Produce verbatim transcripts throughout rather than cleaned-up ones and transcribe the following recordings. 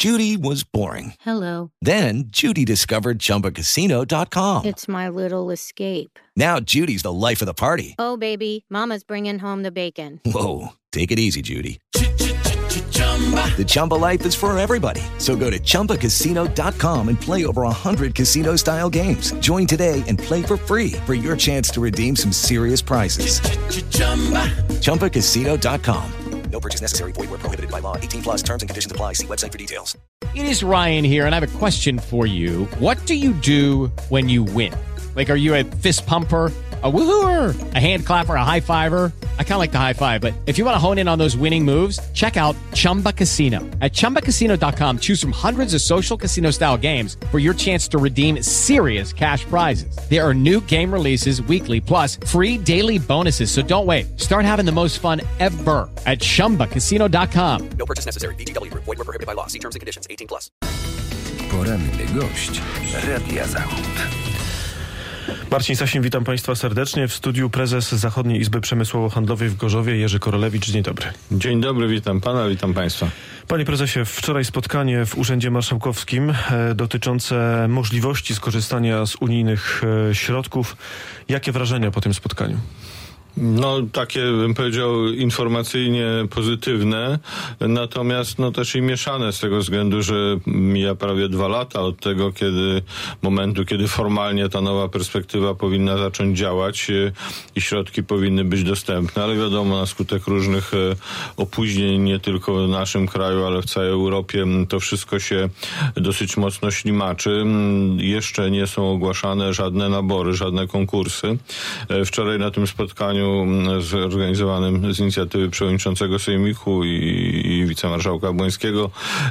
Judy was boring. Hello. Then Judy discovered Chumba Casino dot com. It's my little escape. Now Judy's the life of the party. Oh, baby, mama's bringing home the bacon. Whoa, take it easy, Judy. The Chumba life is for everybody. So go to Chumba Casino dot com and play over one hundred casino-style games. Join today and play for free for your chance to redeem some serious prizes. Chumba Casino dot com. No purchase necessary. Void where prohibited by law. eighteen plus terms and conditions apply. See website for details. It is Ryan here, and I have a question for you. What do you do when you win? Like, are you a fist pumper, a woohooer, a hand clapper, a high fiver? I kind of like the high five, but if you want to hone in on those winning moves, check out Chumba Casino. At Chumba Casino dot com, choose from hundreds of social casino-style games for your chance to redeem serious cash prizes. There are new game releases weekly, plus free daily bonuses. So don't wait. Start having the most fun ever at Chumba Casino dot com. No purchase necessary. V G W. Void where prohibited by law. See terms and conditions. eighteen plus. Poranny gość Radia Zachód. Marcin Sasin, witam Państwa serdecznie. W studiu prezes Zachodniej Izby Przemysłowo-Handlowej w Gorzowie, Jerzy Korolewicz. Dzień dobry. Dzień dobry, witam Pana, witam Państwa. Panie prezesie, wczoraj spotkanie w Urzędzie Marszałkowskim e, dotyczące możliwości skorzystania z unijnych e, środków. Jakie wrażenia po tym spotkaniu? No, takie, bym powiedział, informacyjnie pozytywne, natomiast no też i mieszane z tego względu, że mija prawie dwa lata od tego, kiedy momentu, kiedy formalnie ta nowa perspektywa powinna zacząć działać i środki powinny być dostępne, ale wiadomo, na skutek różnych opóźnień, nie tylko w naszym kraju, ale w całej Europie, to wszystko się dosyć mocno ślimaczy. Jeszcze nie są ogłaszane żadne nabory, żadne konkursy. Wczoraj na tym spotkaniu zorganizowanym z inicjatywy przewodniczącego Sejmiku i, i wicemarszałka Błońskiego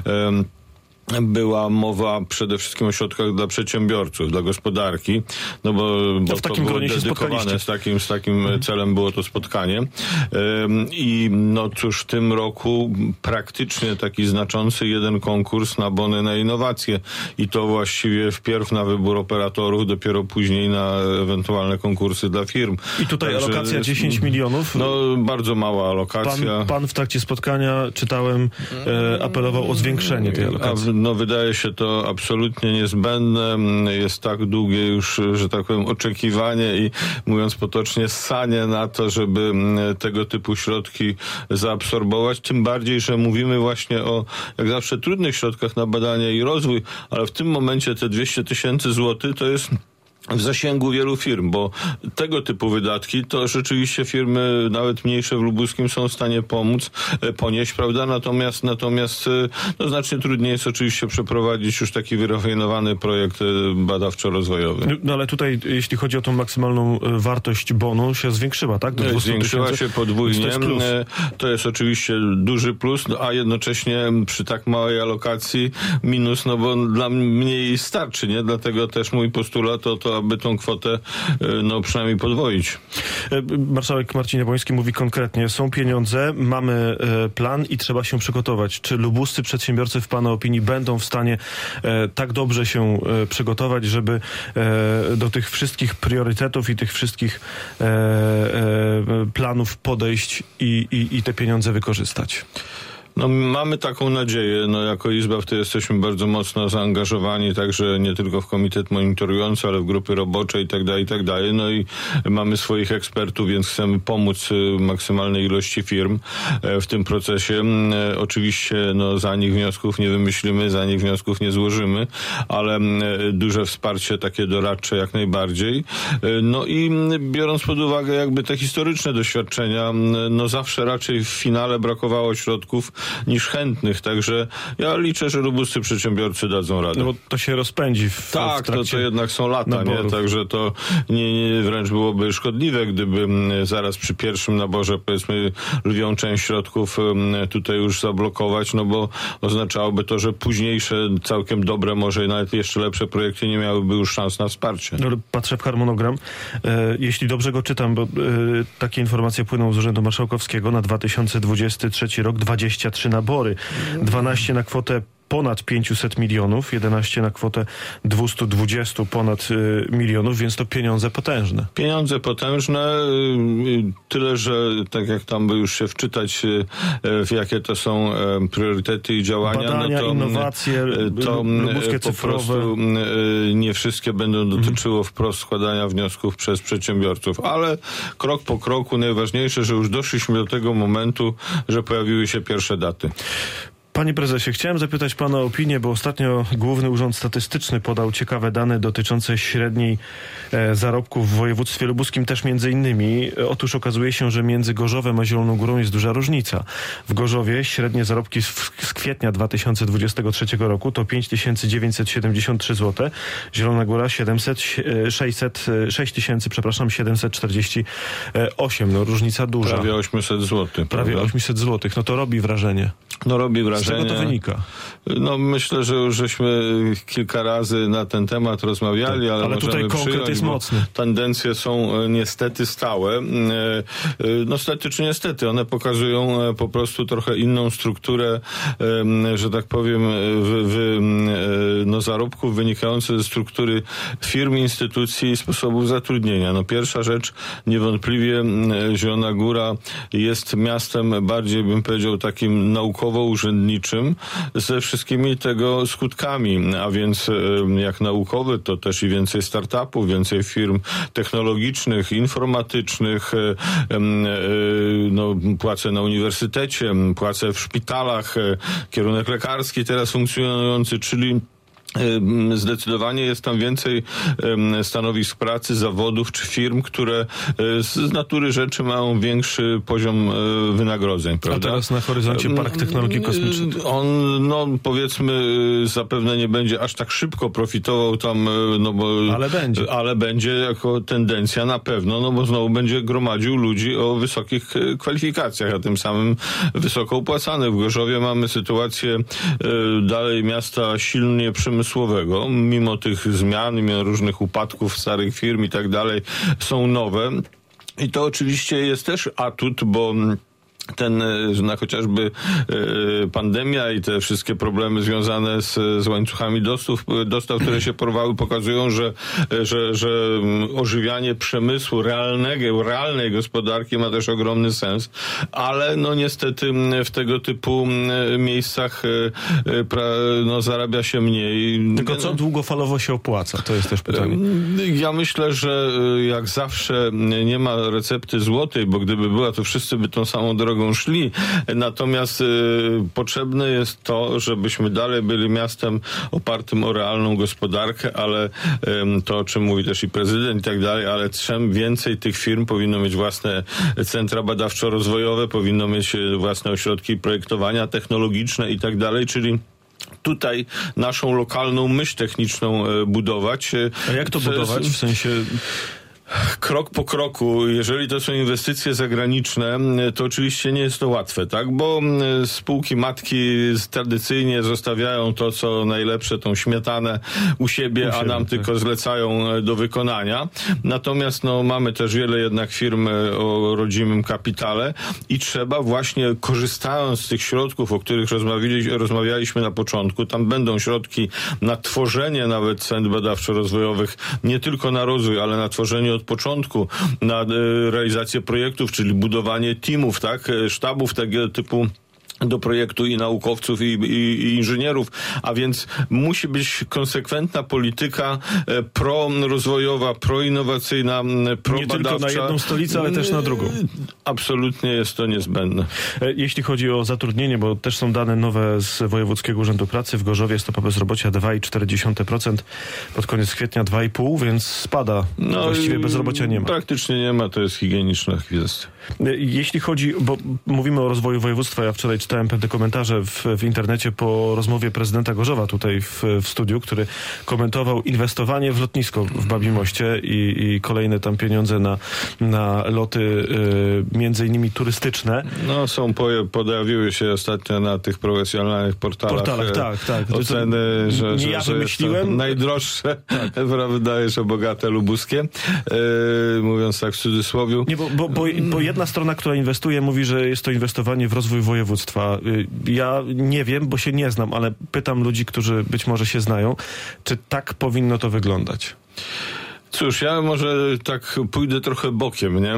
była mowa przede wszystkim o środkach dla przedsiębiorców, dla gospodarki, no bo, bo w to takim było gronie dedykowane, z takim, z takim mhm. celem było to spotkanie. I no cóż, w tym roku praktycznie taki znaczący jeden konkurs na bony na innowacje i to właściwie wpierw na wybór operatorów, dopiero później na ewentualne konkursy dla firm. I tutaj Także, alokacja dziesięć milionów. No bardzo mała alokacja. Pan, pan w trakcie spotkania, czytałem, e, apelował o zwiększenie tej alokacji. No wydaje się to absolutnie niezbędne. Jest tak długie już, że tak powiem, oczekiwanie i mówiąc potocznie ssanie na to, żeby tego typu środki zaabsorbować. Tym bardziej, że mówimy właśnie o, jak zawsze, trudnych środkach na badania i rozwój, ale w tym momencie te dwieście tysięcy złotych to jest w zasięgu wielu firm, bo tego typu wydatki to rzeczywiście firmy, nawet mniejsze w lubuskim, są w stanie pomóc, ponieść, prawda? Natomiast natomiast no, znacznie trudniej jest oczywiście przeprowadzić już taki wyrafinowany projekt badawczo-rozwojowy. No ale tutaj, jeśli chodzi o tą maksymalną wartość bonu, się zwiększyła, tak? Do Zwiększyła się podwójnie. To jest, to jest oczywiście duży plus, a jednocześnie przy tak małej alokacji minus, no bo dla mnie starczy, nie? Dlatego też mój postulat to to, aby tą kwotę no przynajmniej podwoić. Marszałek Marcin Jabłoński mówi konkretnie, są pieniądze, mamy plan i trzeba się przygotować. Czy lubuscy przedsiębiorcy w Pana opinii będą w stanie tak dobrze się przygotować, żeby do tych wszystkich priorytetów i tych wszystkich planów podejść i, i, i te pieniądze wykorzystać? No mamy taką nadzieję, no jako Izba w to jesteśmy bardzo mocno zaangażowani, także nie tylko w komitet monitorujący, ale w grupy robocze i tak dalej, i tak dalej. No i mamy swoich ekspertów, więc chcemy pomóc maksymalnej ilości firm w tym procesie. Oczywiście no za nich wniosków nie wymyślimy, za nich wniosków nie złożymy, ale duże wsparcie takie doradcze jak najbardziej. No i biorąc pod uwagę jakby te historyczne doświadczenia, no zawsze raczej w finale brakowało środków niż chętnych, także ja liczę, że lubuscy przedsiębiorcy dadzą radę. No bo to się rozpędzi w, tak, w trakcie to, to jednak są lata, naborów. Nie? Także to nie, nie, wręcz byłoby szkodliwe, gdyby zaraz przy pierwszym naborze, powiedzmy, lwią część środków tutaj już zablokować, no bo oznaczałoby to, że późniejsze, całkiem dobre, może nawet jeszcze lepsze projekty nie miałyby już szans na wsparcie. No, patrzę w harmonogram. E, jeśli dobrze go czytam, bo e, takie informacje płyną z Urzędu Marszałkowskiego na dwa tysiące dwudziesty trzeci rok, dwadzieścia trzy nabory, dwanaście na kwotę ponad pięćset milionów, jedenaście na kwotę dwieście dwadzieścia ponad y, milionów, więc to pieniądze potężne. Pieniądze potężne, tyle, że tak jak tam by już się wczytać, w jakie to są priorytety i działania, badania, no to, innowacje, to lubuskie po cyfrowe. prostu nie wszystkie będą dotyczyło mhm. wprost składania wniosków przez przedsiębiorców, ale krok po kroku najważniejsze, że już doszliśmy do tego momentu, że pojawiły się pierwsze daty. Panie prezesie, chciałem zapytać pana o opinię, bo ostatnio Główny Urząd Statystyczny podał ciekawe dane dotyczące średniej e, zarobków w województwie lubuskim też między innymi. Otóż okazuje się, że między Gorzowem a Zieloną Górą jest duża różnica. W Gorzowie średnie zarobki z, z kwietnia dwa tysiące dwudziestego trzeciego roku to pięć tysięcy dziewięćset siedemdziesiąt trzy złote, Zielona Góra siedemset, sześćset, sześć tysięcy, przepraszam, siedemset czterdzieści osiem. No różnica duża. Prawie osiemset złotych. Prawie prawda? osiemset złotych. No to robi wrażenie. No robi wrażenie. Z czego to wynika? No myślę, że już żeśmy kilka razy na ten temat rozmawiali, tak, ale, ale tutaj konkret przyjąć, jest mocny. Tendencje są niestety stałe. No stety czy niestety, one pokazują po prostu trochę inną strukturę, że tak powiem, w, w, no zarobków wynikających ze struktury firm, instytucji i sposobów zatrudnienia. No pierwsza rzecz, niewątpliwie Zielona Góra jest miastem bardziej, bym powiedział, takim naukowo-urzędniczym ze wszystkimi tego skutkami, a więc jak naukowy, to też i więcej startupów, więcej firm technologicznych, informatycznych, no, płace na uniwersytecie, płace w szpitalach, kierunek lekarski teraz funkcjonujący, czyli zdecydowanie jest tam więcej stanowisk pracy, zawodów czy firm, które z natury rzeczy mają większy poziom wynagrodzeń, prawda? A teraz na horyzoncie Park Technologii Kosmicznych. On, no powiedzmy, zapewne nie będzie aż tak szybko profitował tam, no bo... Ale będzie. Ale będzie jako tendencja na pewno, no bo znowu będzie gromadził ludzi o wysokich kwalifikacjach, a tym samym wysoko opłacanych. W Gorzowie mamy sytuację dalej miasta silnie przemysłowe, Przemysłowego, mimo tych zmian, mimo różnych upadków starych firm i tak dalej, są nowe. I to oczywiście jest też atut, bo ten, no, chociażby e, pandemia i te wszystkie problemy związane z, z łańcuchami dostaw, dostaw, które się porwały, pokazują, że, że, że ożywianie przemysłu realnego, realnej gospodarki ma też ogromny sens, ale no niestety w tego typu miejscach e, pra, no, zarabia się mniej. Tylko co długofalowo się opłaca? To jest też pytanie. Ja myślę, że jak zawsze nie ma recepty złotej, bo gdyby była, to wszyscy by tą samą drogą szli. Natomiast y, potrzebne jest to, żebyśmy dalej byli miastem opartym o realną gospodarkę, ale y, to, o czym mówi też i prezydent i tak dalej, ale czym więcej tych firm powinno mieć własne centra badawczo-rozwojowe, powinno mieć własne ośrodki projektowania technologiczne i tak dalej, czyli tutaj naszą lokalną myśl techniczną y, budować. A jak to budować? W sensie... Krok po kroku, jeżeli to są inwestycje zagraniczne, to oczywiście nie jest to łatwe, tak? Bo spółki matki tradycyjnie zostawiają to, co najlepsze, tą śmietanę u siebie, u siebie a nam tak. tylko zlecają do wykonania. Natomiast no, mamy też wiele jednak firm o rodzimym kapitale i trzeba właśnie, korzystając z tych środków, o których rozmawialiśmy, rozmawialiśmy na początku, tam będą środki na tworzenie nawet centr badawczo-rozwojowych, nie tylko na rozwój, ale na tworzenie od początku, na e, realizację projektów, czyli budowanie teamów, tak, sztabów tego typu do projektu i naukowców, i, i, i inżynierów, a więc musi być konsekwentna polityka e, prorozwojowa, proinnowacyjna, probadawcza. Nie tylko na jedną stolicę, ale też na drugą. Absolutnie jest to niezbędne. Jeśli chodzi o zatrudnienie, bo też są dane nowe z Wojewódzkiego Urzędu Pracy, w Gorzowie stopa bezrobocia dwa i cztery dziesiąte procent, pod koniec kwietnia dwa i pół procent, więc spada. No właściwie bezrobocia nie ma. Praktycznie nie ma, to jest higieniczna kwestia. Jeśli chodzi, bo mówimy o rozwoju województwa, ja wczoraj czytałem pewne komentarze w, w internecie po rozmowie prezydenta Gorzowa tutaj w, w studiu, który komentował inwestowanie w lotnisko w Babimoście i, i kolejne tam pieniądze na, na loty y, między innymi turystyczne. No są, pojawiły się ostatnio na tych profesjonalnych portalach, portalach tak, tak. oceny, to, że, nie że, ja że wymyśliłem. Jest to najdroższe, tak. prawda, że bogate lubuskie, y, mówiąc tak w cudzysłowiu. Nie, bo, bo, bo, bo jedna strona, która inwestuje, mówi, że jest to inwestowanie w rozwój województwa. państwa. Ja nie wiem, bo się nie znam, ale pytam ludzi, którzy być może się znają, czy tak powinno to wyglądać? Cóż, ja może tak pójdę trochę bokiem, nie?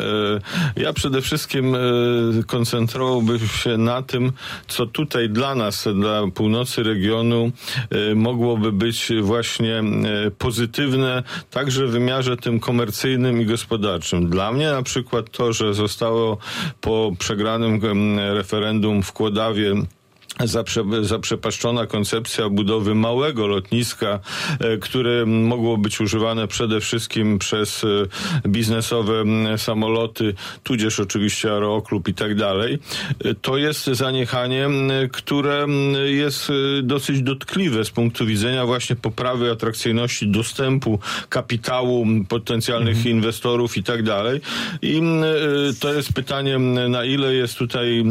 Ja przede wszystkim koncentrowałbym się na tym, co tutaj dla nas, dla północy regionu mogłoby być właśnie pozytywne, także w wymiarze tym komercyjnym i gospodarczym. Dla mnie na przykład to, że zostało po przegranym referendum w Kłodawie Zaprze, zaprzepaszczona koncepcja budowy małego lotniska, e, które mogło być używane przede wszystkim przez e, biznesowe m, samoloty, tudzież oczywiście aeroklub i tak dalej. E, to jest zaniechanie, m, które m, jest e, dosyć dotkliwe z punktu widzenia właśnie poprawy atrakcyjności dostępu kapitału, m, potencjalnych mhm. inwestorów i tak dalej. I m, e, to jest pytanie, m, na ile jest tutaj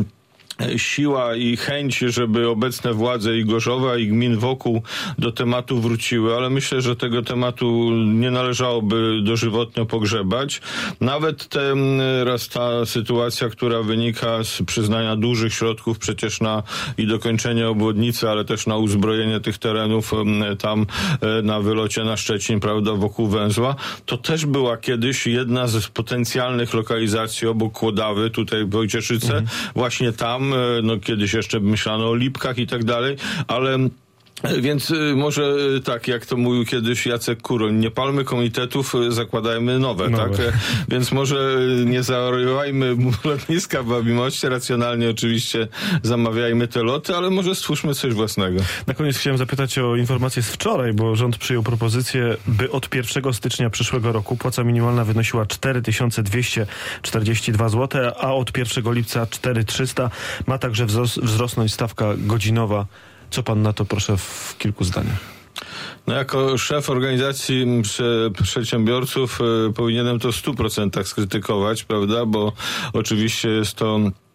siła i chęć, żeby obecne władze i Gorzowa, i gmin wokół do tematu wróciły, ale myślę, że tego tematu nie należałoby dożywotnio pogrzebać. Nawet teraz ta sytuacja, która wynika z przyznania dużych środków przecież na i dokończenie obwodnicy, ale też na uzbrojenie tych terenów tam na wylocie na Szczecin, prawda, wokół węzła, to też była kiedyś jedna z potencjalnych lokalizacji obok Kłodawy, tutaj w Wojcieszyce, mhm. właśnie tam. No kiedyś jeszcze myślano o Lipkach i tak dalej, ale więc może tak, jak to mówił kiedyś Jacek Kuroń, nie palmy komitetów, zakładajmy nowe, nowe. tak? Więc może nie zaorywajmy lotniska w Babimoście, racjonalnie oczywiście zamawiajmy te loty, ale może stwórzmy coś własnego. Na koniec chciałem zapytać o informację z wczoraj, bo rząd przyjął propozycję, by od pierwszego stycznia przyszłego roku płaca minimalna wynosiła cztery tysiące dwieście czterdzieści dwa złote, a od pierwszego lipca cztery tysiące trzysta. Ma także wzros- wzrosnąć stawka godzinowa. Co pan na to, proszę, w kilku zdaniach? No jako szef organizacji przedsiębiorców y, powinienem to w stu procentach skrytykować, prawda, bo oczywiście jest to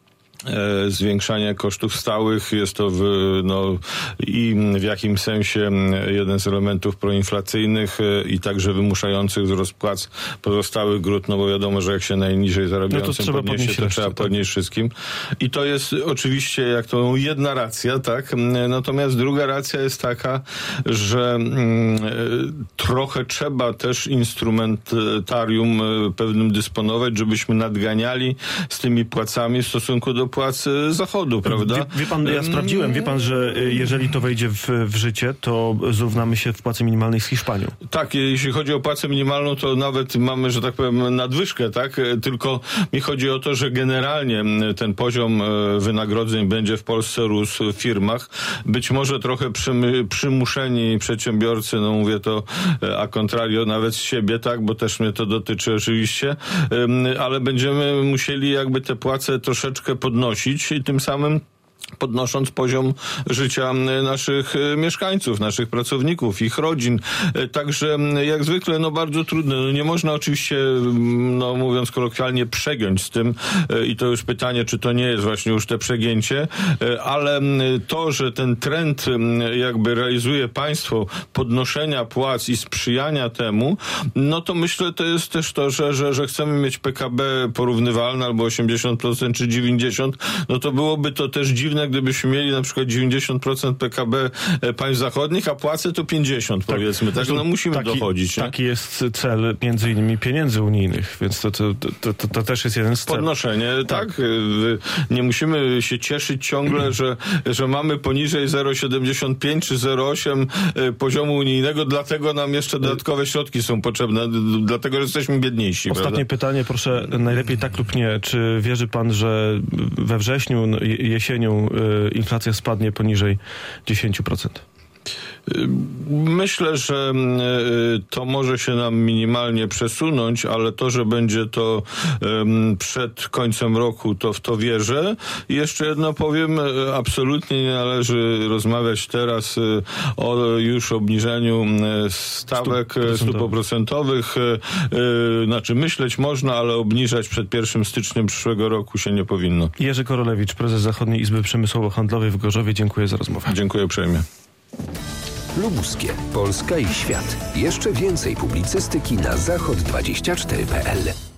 E, zwiększanie kosztów stałych, jest to w, no, i w jakimś sensie jeden z elementów proinflacyjnych e, i także wymuszających wzrost płac pozostałych grup, no bo wiadomo, że jak się najniżej zarabiającym no to trzeba podniesie, podnieść to resztę, trzeba podnieść tak. wszystkim. I to jest oczywiście, jak to jedna racja, tak? Natomiast druga racja jest taka, że mm, trochę trzeba też instrumentarium pewnym dysponować, żebyśmy nadganiali z tymi płacami w stosunku do płac Zachodu, prawda? Wie, wie pan, ja sprawdziłem, wie pan, że jeżeli to wejdzie w, w życie, to zrównamy się w płacy minimalnej z Hiszpanią. Tak, jeśli chodzi o płacę minimalną, to nawet mamy, że tak powiem, nadwyżkę, tak? Tylko mi chodzi o to, że generalnie ten poziom wynagrodzeń będzie w Polsce rósł w firmach. Być może trochę przymy, przymuszeni przedsiębiorcy, no mówię to a contrario nawet z siebie, tak? Bo też mnie to dotyczy oczywiście, ale będziemy musieli jakby te płace troszeczkę podnosić i tym samym podnosząc poziom życia naszych mieszkańców, naszych pracowników, ich rodzin. Także jak zwykle, no bardzo trudne. No nie można oczywiście, no mówiąc kolokwialnie, przegiąć z tym i to już pytanie, czy to nie jest właśnie już te przegięcie, ale to, że ten trend jakby realizuje państwo podnoszenia płac i sprzyjania temu, no to myślę, to jest też to, że, że, że chcemy mieć P K B porównywalne albo osiemdziesiąt procent czy dziewięćdziesiąt procent, no to byłoby to też dziwne, gdybyśmy mieli na przykład dziewięćdziesiąt procent P K B państw zachodnich, a płacę to pięćdziesiąt tak, powiedzmy. Także no musimy taki, dochodzić. Taki nie? jest cel między innymi pieniędzy unijnych, więc to, to, to, to, to też jest jeden z celów. Podnoszenie, tak. tak. Nie musimy się cieszyć ciągle, że, że mamy poniżej zero przecinek siedemdziesiąt pięć czy zero przecinek osiem poziomu unijnego, dlatego nam jeszcze dodatkowe środki są potrzebne, dlatego że jesteśmy biedniejsi. Ostatnie prawda? pytanie, proszę, najlepiej tak lub nie. Czy wierzy pan, że we wrześniu, jesienią inflacja spadnie poniżej dziesięć procent? Myślę, że to może się nam minimalnie przesunąć, ale to, że będzie to przed końcem roku, to w to wierzę. I jeszcze jedno powiem, absolutnie nie należy rozmawiać teraz o już obniżeniu stawek stóp oprocentowych. Znaczy myśleć można, ale obniżać przed pierwszym stycznia przyszłego roku się nie powinno. Jerzy Korolewicz, prezes Zachodniej Izby Przemysłowo-Handlowej w Gorzowie. Dziękuję za rozmowę. Dziękuję uprzejmie. Lubuskie, Polska i świat. Jeszcze więcej publicystyki na zachod dwadzieścia cztery kropka p l.